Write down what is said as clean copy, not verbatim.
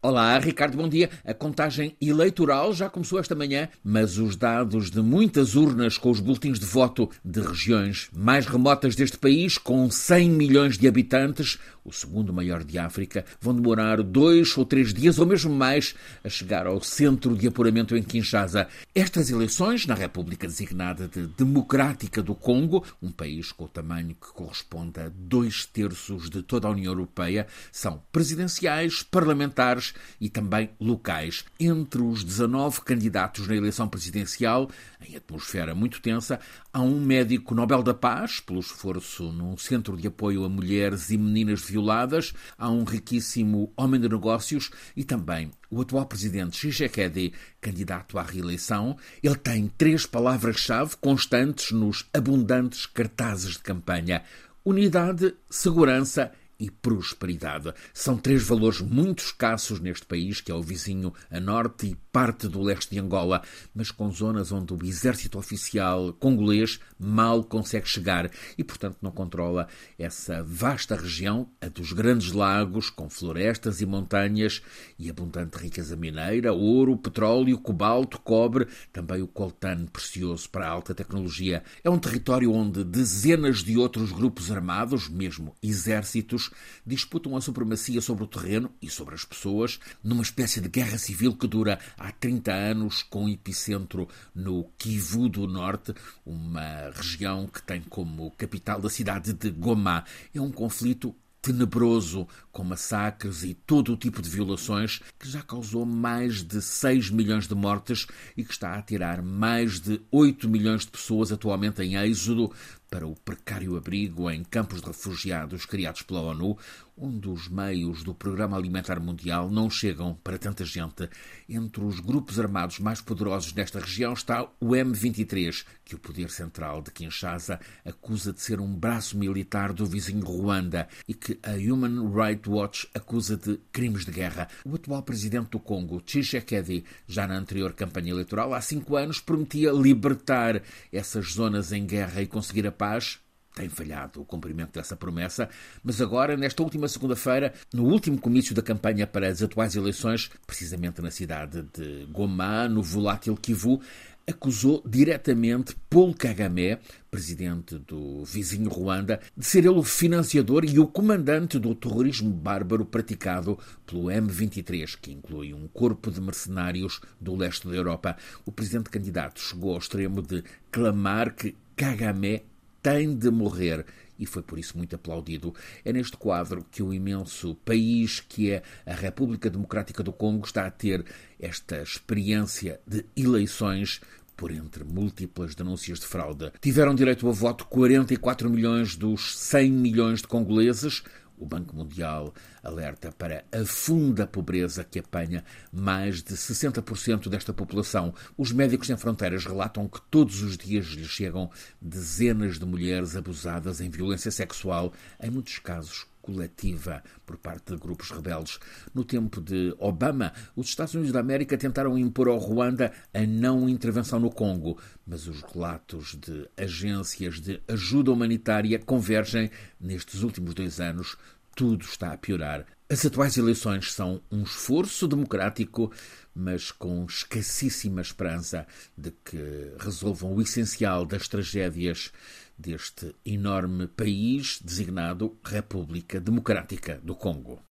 Olá, Ricardo, bom dia. A contagem eleitoral já começou esta manhã, mas os dados de muitas urnas com os boletins de voto de regiões mais remotas deste país, com 100 milhões de habitantes, o segundo maior de África, vão demorar 2 ou 3 dias ou mesmo mais a chegar ao centro de apuramento em Kinshasa. Estas eleições, na República designada de Democrática do Congo, um país com o tamanho que corresponde a 2/3 de toda a União Europeia, são presidenciais, parlamentares e também locais. Entre os 19 candidatos na eleição presidencial, em atmosfera muito tensa, há um médico Nobel da Paz, pelo esforço num centro de apoio a mulheres e meninas violadas, há um riquíssimo homem de negócios e também o atual presidente Tshisekedi, candidato à reeleição. Ele tem 3 palavras-chave constantes nos abundantes cartazes de campanha: unidade, segurança e prosperidade. São 3 valores muito escassos neste país, que é o vizinho a norte e parte do leste de Angola, mas com zonas onde o exército oficial congolês mal consegue chegar e, portanto, não controla essa vasta região, a dos Grandes Lagos, com florestas e montanhas e abundante riqueza mineira, ouro, petróleo, cobalto, cobre, também o coltan precioso para a alta tecnologia. É um território onde dezenas de outros grupos armados, mesmo exércitos, disputam a supremacia sobre o terreno e sobre as pessoas, numa espécie de guerra civil que dura há 30 anos, com epicentro no Kivu do Norte, uma região que tem como capital a cidade de Goma. É um conflito tenebroso, com massacres e todo o tipo de violações, que já causou mais de 6 milhões de mortes e que está a tirar mais de 8 milhões de pessoas atualmente em êxodo para o precário abrigo em campos de refugiados criados pela ONU, onde os meios do Programa Alimentar Mundial não chegam para tanta gente. Entre os grupos armados mais poderosos nesta região está o M23, que o poder central de Kinshasa acusa de ser um braço militar do vizinho Ruanda e que a Human Rights Watch acusa de crimes de guerra. O atual presidente do Congo, Tshisekedi, já na anterior campanha eleitoral, há 5 anos, prometia libertar essas zonas em guerra e conseguir a paz. Tem falhado o cumprimento dessa promessa, mas agora, nesta última segunda-feira, no último comício da campanha para as atuais eleições, precisamente na cidade de Goma, no volátil Kivu, acusou diretamente Paul Kagame, presidente do vizinho Ruanda, de ser ele o financiador e o comandante do terrorismo bárbaro praticado pelo M23, que inclui um corpo de mercenários do leste da Europa. O presidente candidato chegou ao extremo de clamar que Kagame tem de morrer e foi por isso muito aplaudido. É neste quadro que o imenso país que é a República Democrática do Congo está a ter esta experiência de eleições por entre múltiplas denúncias de fraude. Tiveram direito a voto 44 milhões dos 100 milhões de congoleses. O Banco Mundial alerta para a funda pobreza que apanha mais de 60% desta população. Os Médicos Sem Fronteiras relatam que todos os dias lhes chegam dezenas de mulheres abusadas em violência sexual, em muitos casos coletiva, por parte de grupos rebeldes. No tempo de Obama, os Estados Unidos da América tentaram impor ao Ruanda a não intervenção no Congo, mas os relatos de agências de ajuda humanitária convergem nestes últimos 2 anos. Tudo está a piorar. As atuais eleições são um esforço democrático, mas com escassíssima esperança de que resolvam o essencial das tragédias deste enorme país designado República Democrática do Congo.